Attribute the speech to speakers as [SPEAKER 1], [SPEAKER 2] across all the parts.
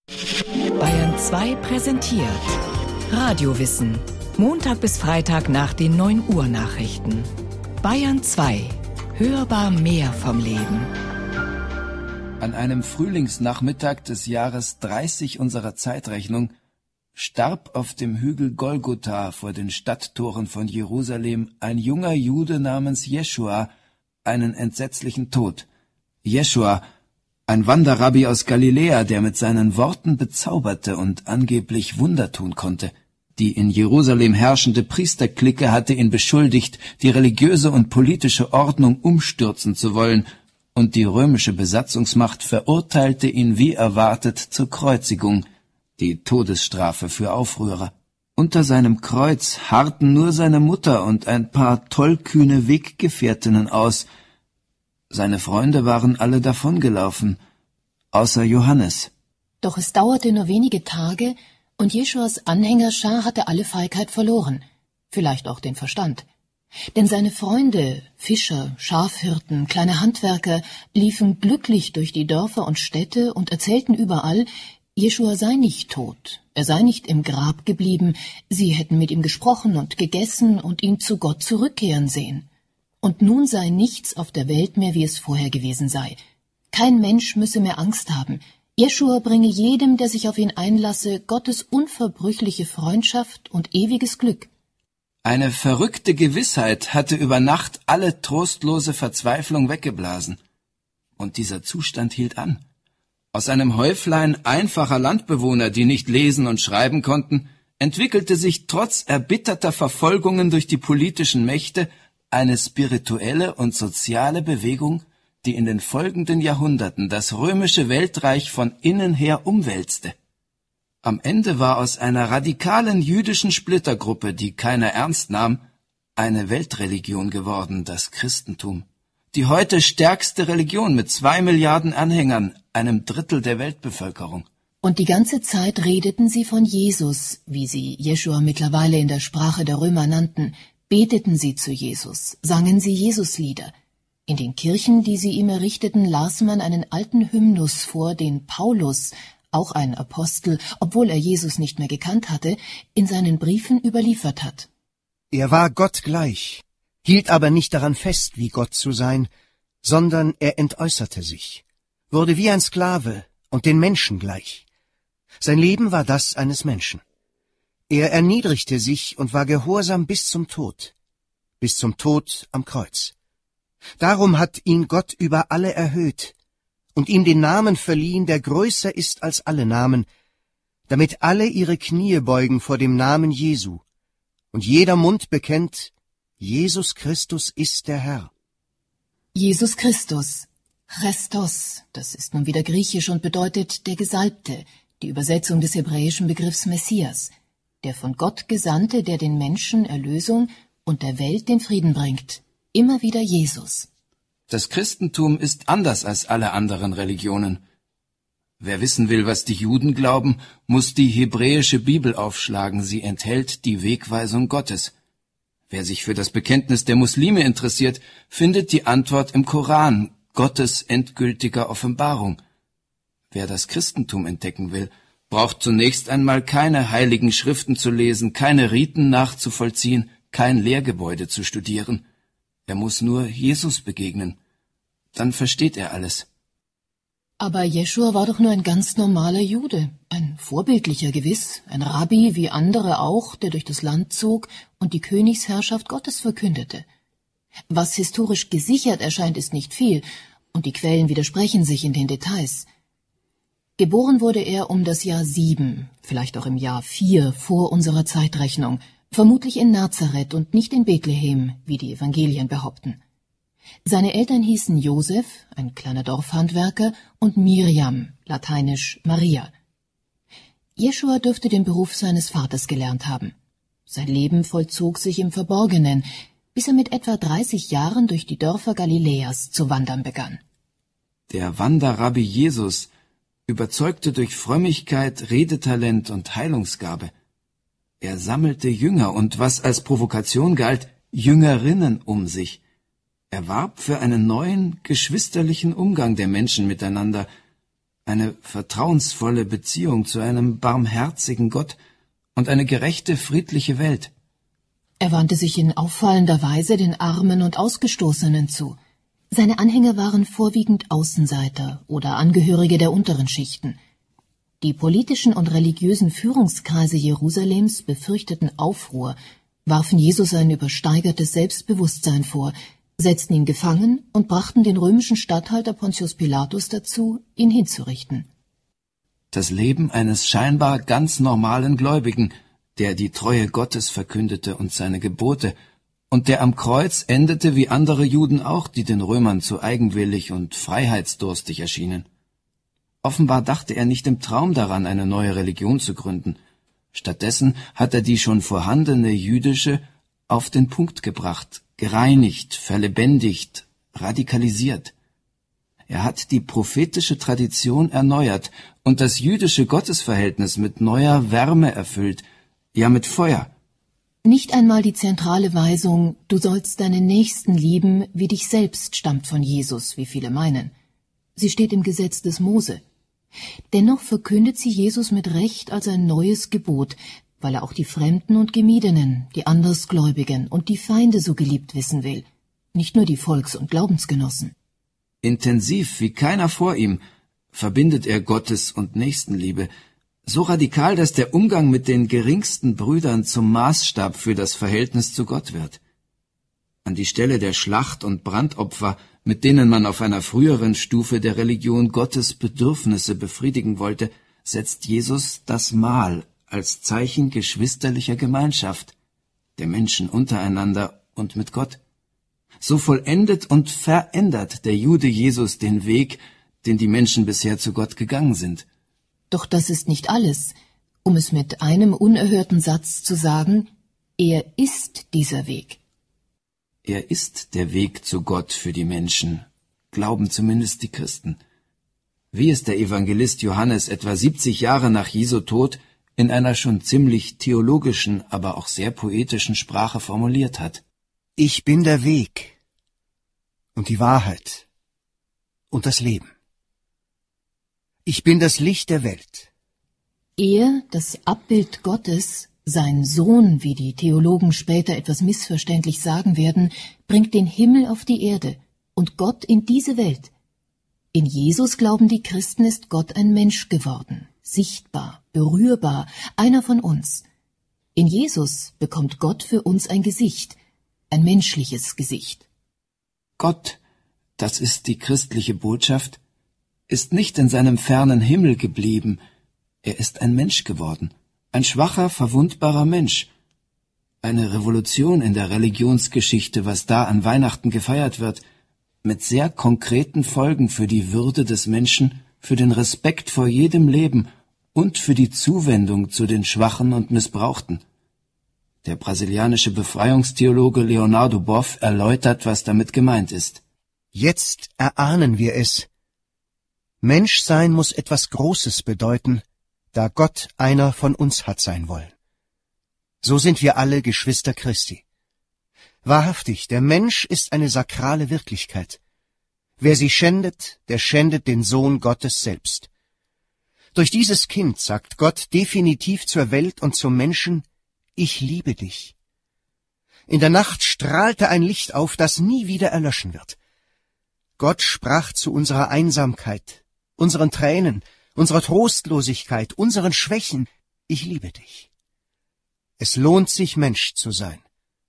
[SPEAKER 1] Bayern 2 präsentiert Radiowissen. Montag bis Freitag nach den 9 Uhr Nachrichten. Bayern 2. Hörbar mehr vom Leben.
[SPEAKER 2] An einem Frühlingsnachmittag des Jahres 30 unserer Zeitrechnung starb auf dem Hügel Golgotha vor den Stadttoren von Jerusalem ein junger Jude namens Jeschua einen entsetzlichen Tod. Jeschua, ein Wanderrabbi aus Galiläa, der mit seinen Worten bezauberte und angeblich Wunder tun konnte. Die in Jerusalem herrschende Priesterklicke hatte ihn beschuldigt, die religiöse und politische Ordnung umstürzen zu wollen, und die römische Besatzungsmacht verurteilte ihn wie erwartet zur Kreuzigung, die Todesstrafe für Aufrührer. Unter seinem Kreuz harrten nur seine Mutter und ein paar tollkühne Weggefährtinnen aus. Seine Freunde waren alle davongelaufen, außer Johannes.
[SPEAKER 3] Doch es dauerte nur wenige Tage, und Jeschuas Anhängerschar hatte alle Feigheit verloren, vielleicht auch den Verstand. Denn seine Freunde, Fischer, Schafhirten, kleine Handwerker, liefen glücklich durch die Dörfer und Städte und erzählten überall, Jeschua sei nicht tot, er sei nicht im Grab geblieben, sie hätten mit ihm gesprochen und gegessen und ihn zu Gott zurückkehren sehen. Und nun sei nichts auf der Welt mehr, wie es vorher gewesen sei. Kein Mensch müsse mehr Angst haben. Jeschua bringe jedem, der sich auf ihn einlasse, Gottes unverbrüchliche Freundschaft und ewiges Glück.
[SPEAKER 2] Eine verrückte Gewissheit hatte über Nacht alle trostlose Verzweiflung weggeblasen. Und dieser Zustand hielt an. Aus einem Häuflein einfacher Landbewohner, die nicht lesen und schreiben konnten, entwickelte sich trotz erbitterter Verfolgungen durch die politischen Mächte eine spirituelle und soziale Bewegung, die in den folgenden Jahrhunderten das römische Weltreich von innen her umwälzte. Am Ende war aus einer radikalen jüdischen Splittergruppe, die keiner ernst nahm, eine Weltreligion geworden, das Christentum. Die heute stärkste Religion mit 2 Milliarden Anhängern, einem Drittel der Weltbevölkerung.
[SPEAKER 3] Und die ganze Zeit redeten sie von Jesus, wie sie Jeschua mittlerweile in der Sprache der Römer nannten, beteten sie zu Jesus, sangen sie Jesuslieder. In den Kirchen, die sie ihm errichteten, las man einen alten Hymnus vor, den Paulus, auch ein Apostel, obwohl er Jesus nicht mehr gekannt hatte, in seinen Briefen überliefert hat.
[SPEAKER 4] Er war Gott gleich, hielt aber nicht daran fest, wie Gott zu sein, sondern er entäußerte sich, wurde wie ein Sklave und den Menschen gleich. Sein Leben war das eines Menschen. Er erniedrigte sich und war gehorsam bis zum Tod am Kreuz. Darum hat ihn Gott über alle erhöht und ihm den Namen verliehen, der größer ist als alle Namen, damit alle ihre Knie beugen vor dem Namen Jesu und jeder Mund bekennt, Jesus Christus ist der Herr.
[SPEAKER 3] Jesus Christus, Christos, das ist nun wieder griechisch und bedeutet der Gesalbte, die Übersetzung des hebräischen Begriffs Messias, der von Gott Gesandte, der den Menschen Erlösung und der Welt den Frieden bringt. Immer wieder Jesus.
[SPEAKER 2] Das Christentum ist anders als alle anderen Religionen. Wer wissen will, was die Juden glauben, muss die hebräische Bibel aufschlagen. Sie enthält die Wegweisung Gottes. Wer sich für das Bekenntnis der Muslime interessiert, findet die Antwort im Koran, Gottes endgültiger Offenbarung. Wer das Christentum entdecken will, braucht zunächst einmal keine heiligen Schriften zu lesen, keine Riten nachzuvollziehen, kein Lehrgebäude zu studieren. Er muss nur Jesus begegnen. Dann versteht er alles.
[SPEAKER 3] Aber Jeschua war doch nur ein ganz normaler Jude, ein vorbildlicher gewiss, ein Rabbi wie andere auch, der durch das Land zog und die Königsherrschaft Gottes verkündete. Was historisch gesichert erscheint, ist nicht viel, und die Quellen widersprechen sich in den Details. Geboren wurde er um das Jahr 7, vielleicht auch im Jahr 4 vor unserer Zeitrechnung, vermutlich in Nazareth und nicht in Bethlehem, wie die Evangelien behaupten. Seine Eltern hießen Josef, ein kleiner Dorfhandwerker, und Miriam, lateinisch Maria. Jeschua dürfte den Beruf seines Vaters gelernt haben. Sein Leben vollzog sich im Verborgenen, bis er mit etwa 30 Jahren durch die Dörfer Galiläas zu wandern begann.
[SPEAKER 2] Der Wanderrabbi Jesus überzeugte durch Frömmigkeit, Redetalent und Heilungsgabe. Er sammelte Jünger und, was als Provokation galt, Jüngerinnen um sich. Er warb für einen neuen, geschwisterlichen Umgang der Menschen miteinander. eine vertrauensvolle Beziehung zu einem barmherzigen Gott und eine gerechte, friedliche Welt.
[SPEAKER 3] Er wandte sich in auffallender Weise den Armen und Ausgestoßenen zu. Seine Anhänger waren vorwiegend Außenseiter oder Angehörige der unteren Schichten. Die politischen und religiösen Führungskreise Jerusalems befürchteten Aufruhr, warfen Jesus ein übersteigertes Selbstbewusstsein vor, setzten ihn gefangen und brachten den römischen Statthalter Pontius Pilatus dazu, ihn hinzurichten.
[SPEAKER 2] Das Leben eines scheinbar ganz normalen Gläubigen, der die Treue Gottes verkündete und seine Gebote, und der am Kreuz endete wie andere Juden auch, die den Römern zu eigenwillig und freiheitsdurstig erschienen. Offenbar dachte er nicht im Traum daran, eine neue Religion zu gründen. Stattdessen hat er die schon vorhandene jüdische auf den Punkt gebracht, gereinigt, verlebendigt, radikalisiert. Er hat die prophetische Tradition erneuert und das jüdische Gottesverhältnis mit neuer Wärme erfüllt, ja mit Feuer.
[SPEAKER 3] Nicht einmal die zentrale Weisung, du sollst deinen Nächsten lieben wie dich selbst, stammt von Jesus, wie viele meinen. Sie steht im Gesetz des Mose. Dennoch verkündet sie Jesus mit Recht als ein neues Gebot, weil er auch die Fremden und Gemiedenen, die Andersgläubigen und die Feinde so geliebt wissen will, nicht nur die Volks- und Glaubensgenossen.
[SPEAKER 2] Intensiv wie keiner vor ihm verbindet er Gottes- und Nächstenliebe, so radikal, dass der Umgang mit den geringsten Brüdern zum Maßstab für das Verhältnis zu Gott wird. An die Stelle der Schlacht- und Brandopfer, mit denen man auf einer früheren Stufe der Religion Gottes Bedürfnisse befriedigen wollte, setzt Jesus das Mahl als Zeichen geschwisterlicher Gemeinschaft, der Menschen untereinander und mit Gott. So vollendet und verändert der Jude Jesus den Weg, den die Menschen bisher zu Gott gegangen sind.
[SPEAKER 3] Doch das ist nicht alles. Um es mit einem unerhörten Satz zu sagen, er ist dieser Weg.
[SPEAKER 2] Er ist der Weg zu Gott für die Menschen, glauben zumindest die Christen. Wie es der Evangelist Johannes etwa 70 Jahre nach Jesu Tod in einer schon ziemlich theologischen, aber auch sehr poetischen Sprache formuliert hat.
[SPEAKER 4] Ich bin der Weg und die Wahrheit und das Leben. Ich bin das Licht der Welt.
[SPEAKER 3] Er, das Abbild Gottes, sein Sohn, wie die Theologen später etwas missverständlich sagen werden, bringt den Himmel auf die Erde und Gott in diese Welt. In Jesus, glauben die Christen, ist Gott ein Mensch geworden, sichtbar, berührbar, einer von uns. In Jesus bekommt Gott für uns ein Gesicht, ein menschliches Gesicht.
[SPEAKER 2] Gott, das ist die christliche Botschaft, ist nicht in seinem fernen Himmel geblieben, er ist ein Mensch geworden, ein schwacher, verwundbarer Mensch. Eine Revolution in der Religionsgeschichte, was da an Weihnachten gefeiert wird, mit sehr konkreten Folgen für die Würde des Menschen, für den Respekt vor jedem Leben und für die Zuwendung zu den Schwachen und Missbrauchten. Der brasilianische Befreiungstheologe Leonardo Boff erläutert, was damit gemeint ist.
[SPEAKER 4] Jetzt erahnen wir es. Menschsein muss etwas Großes bedeuten, da Gott einer von uns hat sein wollen. So sind wir alle Geschwister Christi. Wahrhaftig, der Mensch ist eine sakrale Wirklichkeit. Wer sie schändet, der schändet den Sohn Gottes selbst. Durch dieses Kind sagt Gott definitiv zur Welt und zum Menschen, ich liebe dich. In der Nacht strahlte ein Licht auf, das nie wieder erlöschen wird. Gott sprach zu unserer Einsamkeit, unseren Tränen, unserer Trostlosigkeit, unseren Schwächen, ich liebe dich. Es lohnt sich, Mensch zu sein.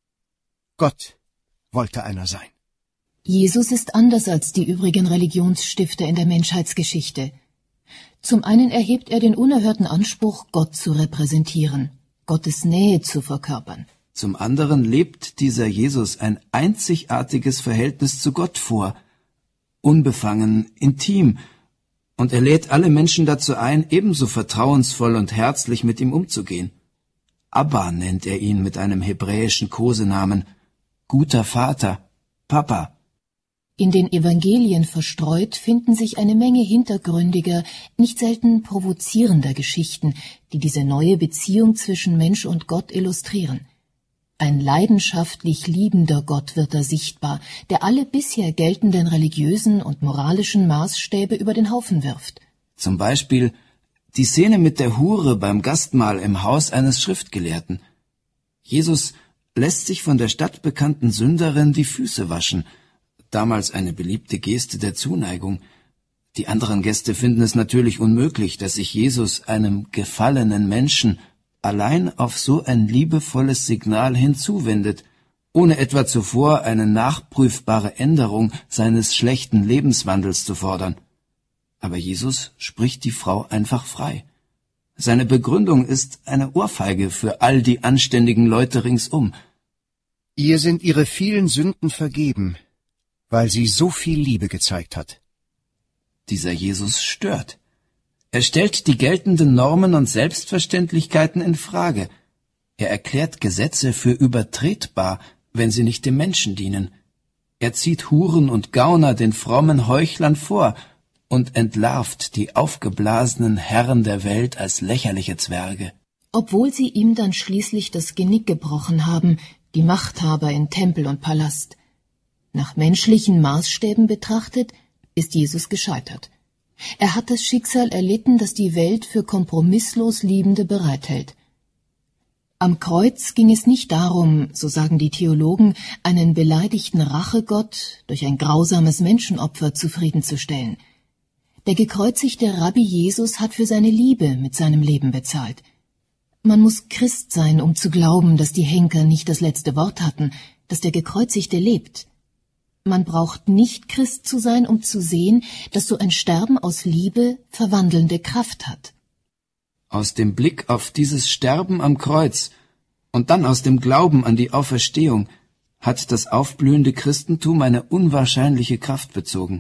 [SPEAKER 4] Gott wollte einer sein.
[SPEAKER 3] Jesus ist anders als die übrigen Religionsstifter in der Menschheitsgeschichte. Zum einen erhebt er den unerhörten Anspruch, Gott zu repräsentieren, Gottes Nähe zu verkörpern.
[SPEAKER 2] Zum anderen lebt dieser Jesus ein einzigartiges Verhältnis zu Gott vor, unbefangen, intim, und er lädt alle Menschen dazu ein, ebenso vertrauensvoll und herzlich mit ihm umzugehen. Abba nennt er ihn mit einem hebräischen Kosenamen, guter Vater, Papa.
[SPEAKER 3] In den Evangelien verstreut finden sich eine Menge hintergründiger, nicht selten provozierender Geschichten, die diese neue Beziehung zwischen Mensch und Gott illustrieren. Ein leidenschaftlich liebender Gott wird da sichtbar, der alle bisher geltenden religiösen und moralischen Maßstäbe über den Haufen wirft.
[SPEAKER 2] Zum Beispiel die Szene mit der Hure beim Gastmahl im Haus eines Schriftgelehrten. Jesus lässt sich von der stadtbekannten Sünderin die Füße waschen, damals eine beliebte Geste der Zuneigung. Die anderen Gäste finden es natürlich unmöglich, dass sich Jesus einem gefallenen Menschen allein auf so ein liebevolles Signal hinzuwendet, ohne etwa zuvor eine nachprüfbare Änderung seines schlechten Lebenswandels zu fordern. Aber Jesus spricht die Frau einfach frei. Seine Begründung ist eine Ohrfeige für all die anständigen Leute ringsum.
[SPEAKER 4] Ihr sind ihre vielen Sünden vergeben, weil sie so viel Liebe gezeigt hat.
[SPEAKER 2] Dieser Jesus stört. Er stellt die geltenden Normen und Selbstverständlichkeiten in Frage. Er erklärt Gesetze für übertretbar, wenn sie nicht dem Menschen dienen. Er zieht Huren und Gauner den frommen Heuchlern vor und entlarvt die aufgeblasenen Herren der Welt als lächerliche Zwerge.
[SPEAKER 3] Obwohl sie ihm dann schließlich das Genick gebrochen haben, die Machthaber in Tempel und Palast. Nach menschlichen Maßstäben betrachtet, ist Jesus gescheitert. Er hat das Schicksal erlitten, das die Welt für kompromisslos Liebende bereithält. Am Kreuz ging es nicht darum, so sagen die Theologen, einen beleidigten Rachegott durch ein grausames Menschenopfer zufriedenzustellen. Der gekreuzigte Rabbi Jesus hat für seine Liebe mit seinem Leben bezahlt. Man muss Christ sein, um zu glauben, dass die Henker nicht das letzte Wort hatten, dass der Gekreuzigte lebt. Man braucht nicht Christ zu sein, um zu sehen, dass so ein Sterben aus Liebe verwandelnde Kraft hat.
[SPEAKER 2] Aus dem Blick auf dieses Sterben am Kreuz und dann aus dem Glauben an die Auferstehung hat das aufblühende Christentum eine unwahrscheinliche Kraft bezogen.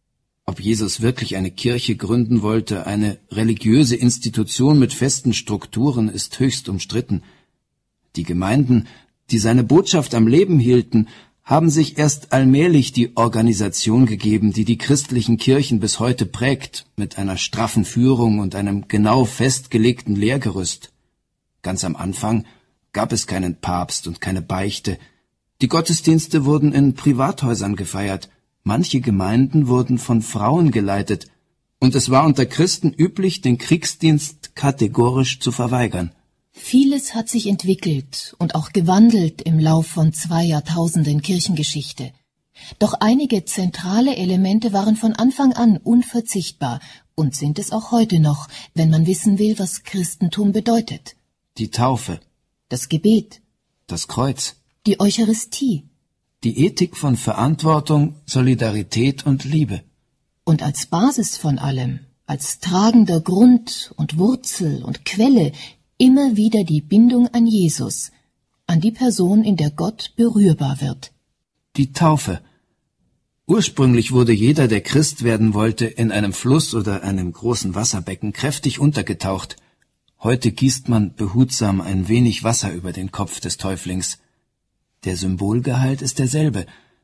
[SPEAKER 2] Ob Jesus wirklich eine Kirche gründen wollte, eine religiöse Institution mit festen Strukturen, ist höchst umstritten. Die Gemeinden, die seine Botschaft am Leben hielten, haben sich erst allmählich die Organisation gegeben, die die christlichen Kirchen bis heute prägt, mit einer straffen Führung und einem genau festgelegten Lehrgerüst. Ganz am Anfang gab es keinen Papst und keine Beichte. Die Gottesdienste wurden in Privathäusern gefeiert. Manche Gemeinden wurden von Frauen geleitet, und es war unter Christen üblich, den Kriegsdienst kategorisch zu verweigern.
[SPEAKER 3] Vieles hat sich entwickelt und auch gewandelt im Lauf von 2 Jahrtausenden Kirchengeschichte. Doch einige zentrale Elemente waren von Anfang an unverzichtbar und sind es auch heute noch, wenn man wissen will, was Christentum bedeutet.
[SPEAKER 2] Die Taufe,
[SPEAKER 3] Das Gebet,
[SPEAKER 2] das Kreuz,
[SPEAKER 3] die Eucharistie
[SPEAKER 2] die Ethik von Verantwortung, Solidarität und Liebe.
[SPEAKER 3] und als Basis von allem, als tragender Grund und Wurzel und Quelle immer wieder die Bindung an Jesus, an die Person, in der Gott berührbar wird.
[SPEAKER 2] Die Taufe. Ursprünglich wurde jeder, der Christ werden wollte, in einem Fluss oder einem großen Wasserbecken kräftig untergetaucht. Heute gießt man behutsam ein wenig Wasser über den Kopf des Täuflings. Der Symbolgehalt ist derselbe.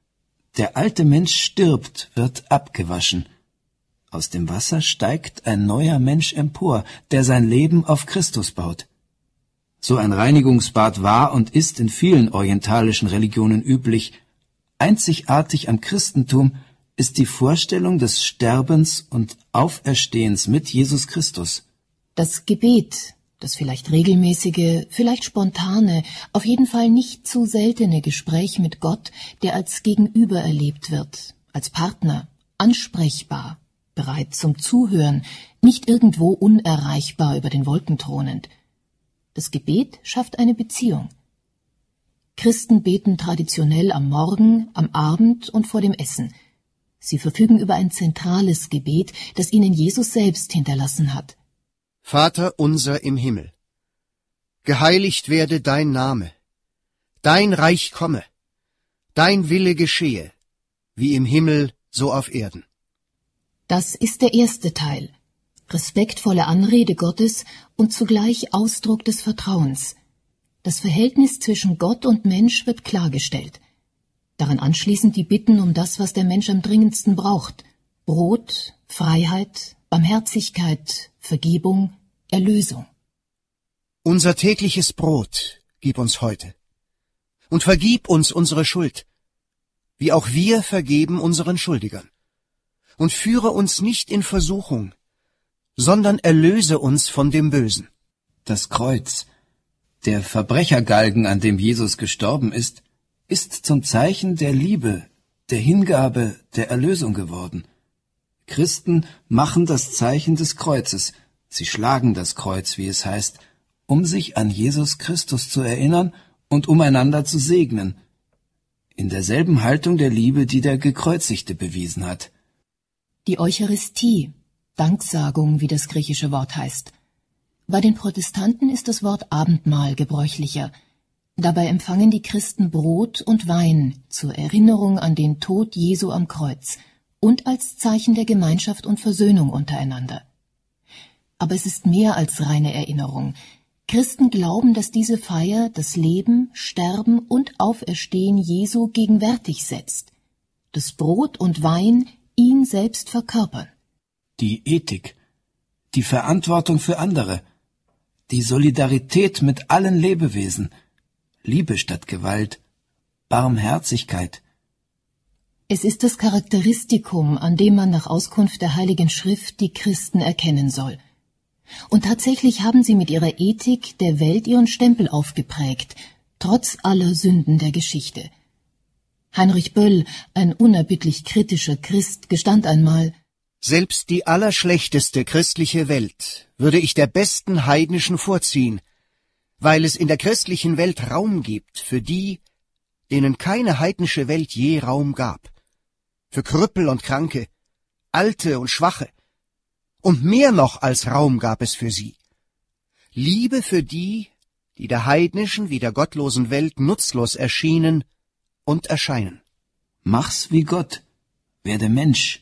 [SPEAKER 2] Der alte Mensch stirbt, wird abgewaschen. Aus dem Wasser steigt ein neuer Mensch empor, der sein Leben auf Christus baut. So ein Reinigungsbad war und ist in vielen orientalischen Religionen üblich. Einzigartig am Christentum ist die Vorstellung des Sterbens und Auferstehens mit Jesus Christus.
[SPEAKER 3] Das Gebet, das vielleicht regelmäßige, vielleicht spontane, auf jeden Fall nicht zu seltene Gespräch mit Gott, der als Gegenüber erlebt wird, als Partner, ansprechbar, bereit zum Zuhören, nicht irgendwo unerreichbar über den Wolken thronend. Das Gebet schafft eine Beziehung. Christen beten traditionell am Morgen, am Abend und vor dem Essen. Sie verfügen über ein zentrales Gebet, das ihnen Jesus selbst hinterlassen hat.
[SPEAKER 4] Vater unser im Himmel, geheiligt werde dein Name, dein Reich komme, dein Wille geschehe, wie im Himmel, so auf Erden.
[SPEAKER 3] Das ist der erste Teil, respektvolle Anrede Gottes und zugleich Ausdruck des Vertrauens. Das Verhältnis zwischen Gott und Mensch wird klargestellt. Daran anschließend die Bitten um das, was der Mensch am dringendsten braucht: Brot, Freiheit, Barmherzigkeit, Vergebung, Erlösung.
[SPEAKER 4] Unser tägliches Brot gib uns heute und vergib uns unsere Schuld, wie auch wir vergeben unseren Schuldigern. Und führe uns nicht in Versuchung, sondern erlöse uns von dem Bösen.
[SPEAKER 2] Das Kreuz, der Verbrechergalgen, an dem Jesus gestorben ist zum Zeichen der Liebe, der Hingabe, der Erlösung geworden. Christen machen das Zeichen des Kreuzes, sie schlagen das Kreuz, wie es heißt, um sich an Jesus Christus zu erinnern und um einander zu segnen, in derselben Haltung der Liebe, die der Gekreuzigte bewiesen hat.
[SPEAKER 3] Die Eucharistie, Danksagung, wie das griechische Wort heißt. Bei den Protestanten ist das Wort Abendmahl gebräuchlicher. Dabei empfangen die Christen Brot und Wein zur Erinnerung an den Tod Jesu am Kreuz und als Zeichen der Gemeinschaft und Versöhnung untereinander. Aber es ist mehr als reine Erinnerung. Christen glauben, dass diese Feier das Leben, Sterben und Auferstehen Jesu gegenwärtig setzt. Das Brot und Wein ihn selbst verkörpern.
[SPEAKER 2] Die Ethik, die Verantwortung für andere, die Solidarität mit allen Lebewesen, Liebe statt Gewalt, Barmherzigkeit.
[SPEAKER 3] Es ist das Charakteristikum, an dem man nach Auskunft der Heiligen Schrift die Christen erkennen soll. Und tatsächlich haben sie mit ihrer Ethik der Welt ihren Stempel aufgeprägt, trotz aller Sünden der Geschichte. Heinrich Böll, ein unerbittlich kritischer Christ, gestand einmal:
[SPEAKER 4] Selbst die allerschlechteste christliche Welt würde ich der besten heidnischen vorziehen, weil es in der christlichen Welt Raum gibt für die, denen keine heidnische Welt je Raum gab, für Krüppel und Kranke, Alte und Schwache. Und mehr noch als Raum gab es für sie. Liebe für die, die der heidnischen wie der gottlosen Welt nutzlos erschienen und erscheinen.
[SPEAKER 2] Mach's wie Gott, werde Mensch.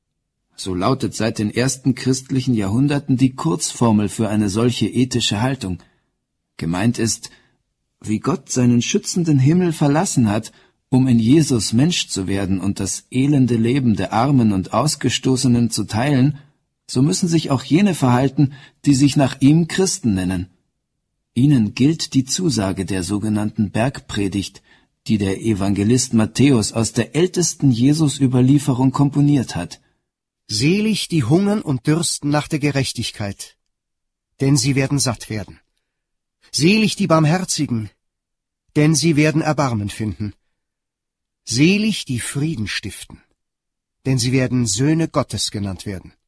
[SPEAKER 2] So lautet seit den ersten christlichen Jahrhunderten die Kurzformel für eine solche ethische Haltung. Gemeint ist, wie Gott seinen schützenden Himmel verlassen hat, um in Jesus Mensch zu werden und das elende Leben der Armen und Ausgestoßenen zu teilen, so müssen sich auch jene verhalten, die sich nach ihm Christen nennen. Ihnen gilt die Zusage der sogenannten Bergpredigt, die der Evangelist Matthäus aus der ältesten Jesus-Überlieferung komponiert hat.
[SPEAKER 4] Selig die hungern und dürsten nach der Gerechtigkeit, denn sie werden satt werden. Selig die Barmherzigen, denn sie werden Erbarmen finden. Selig die Frieden stiften, denn sie werden Söhne Gottes genannt werden.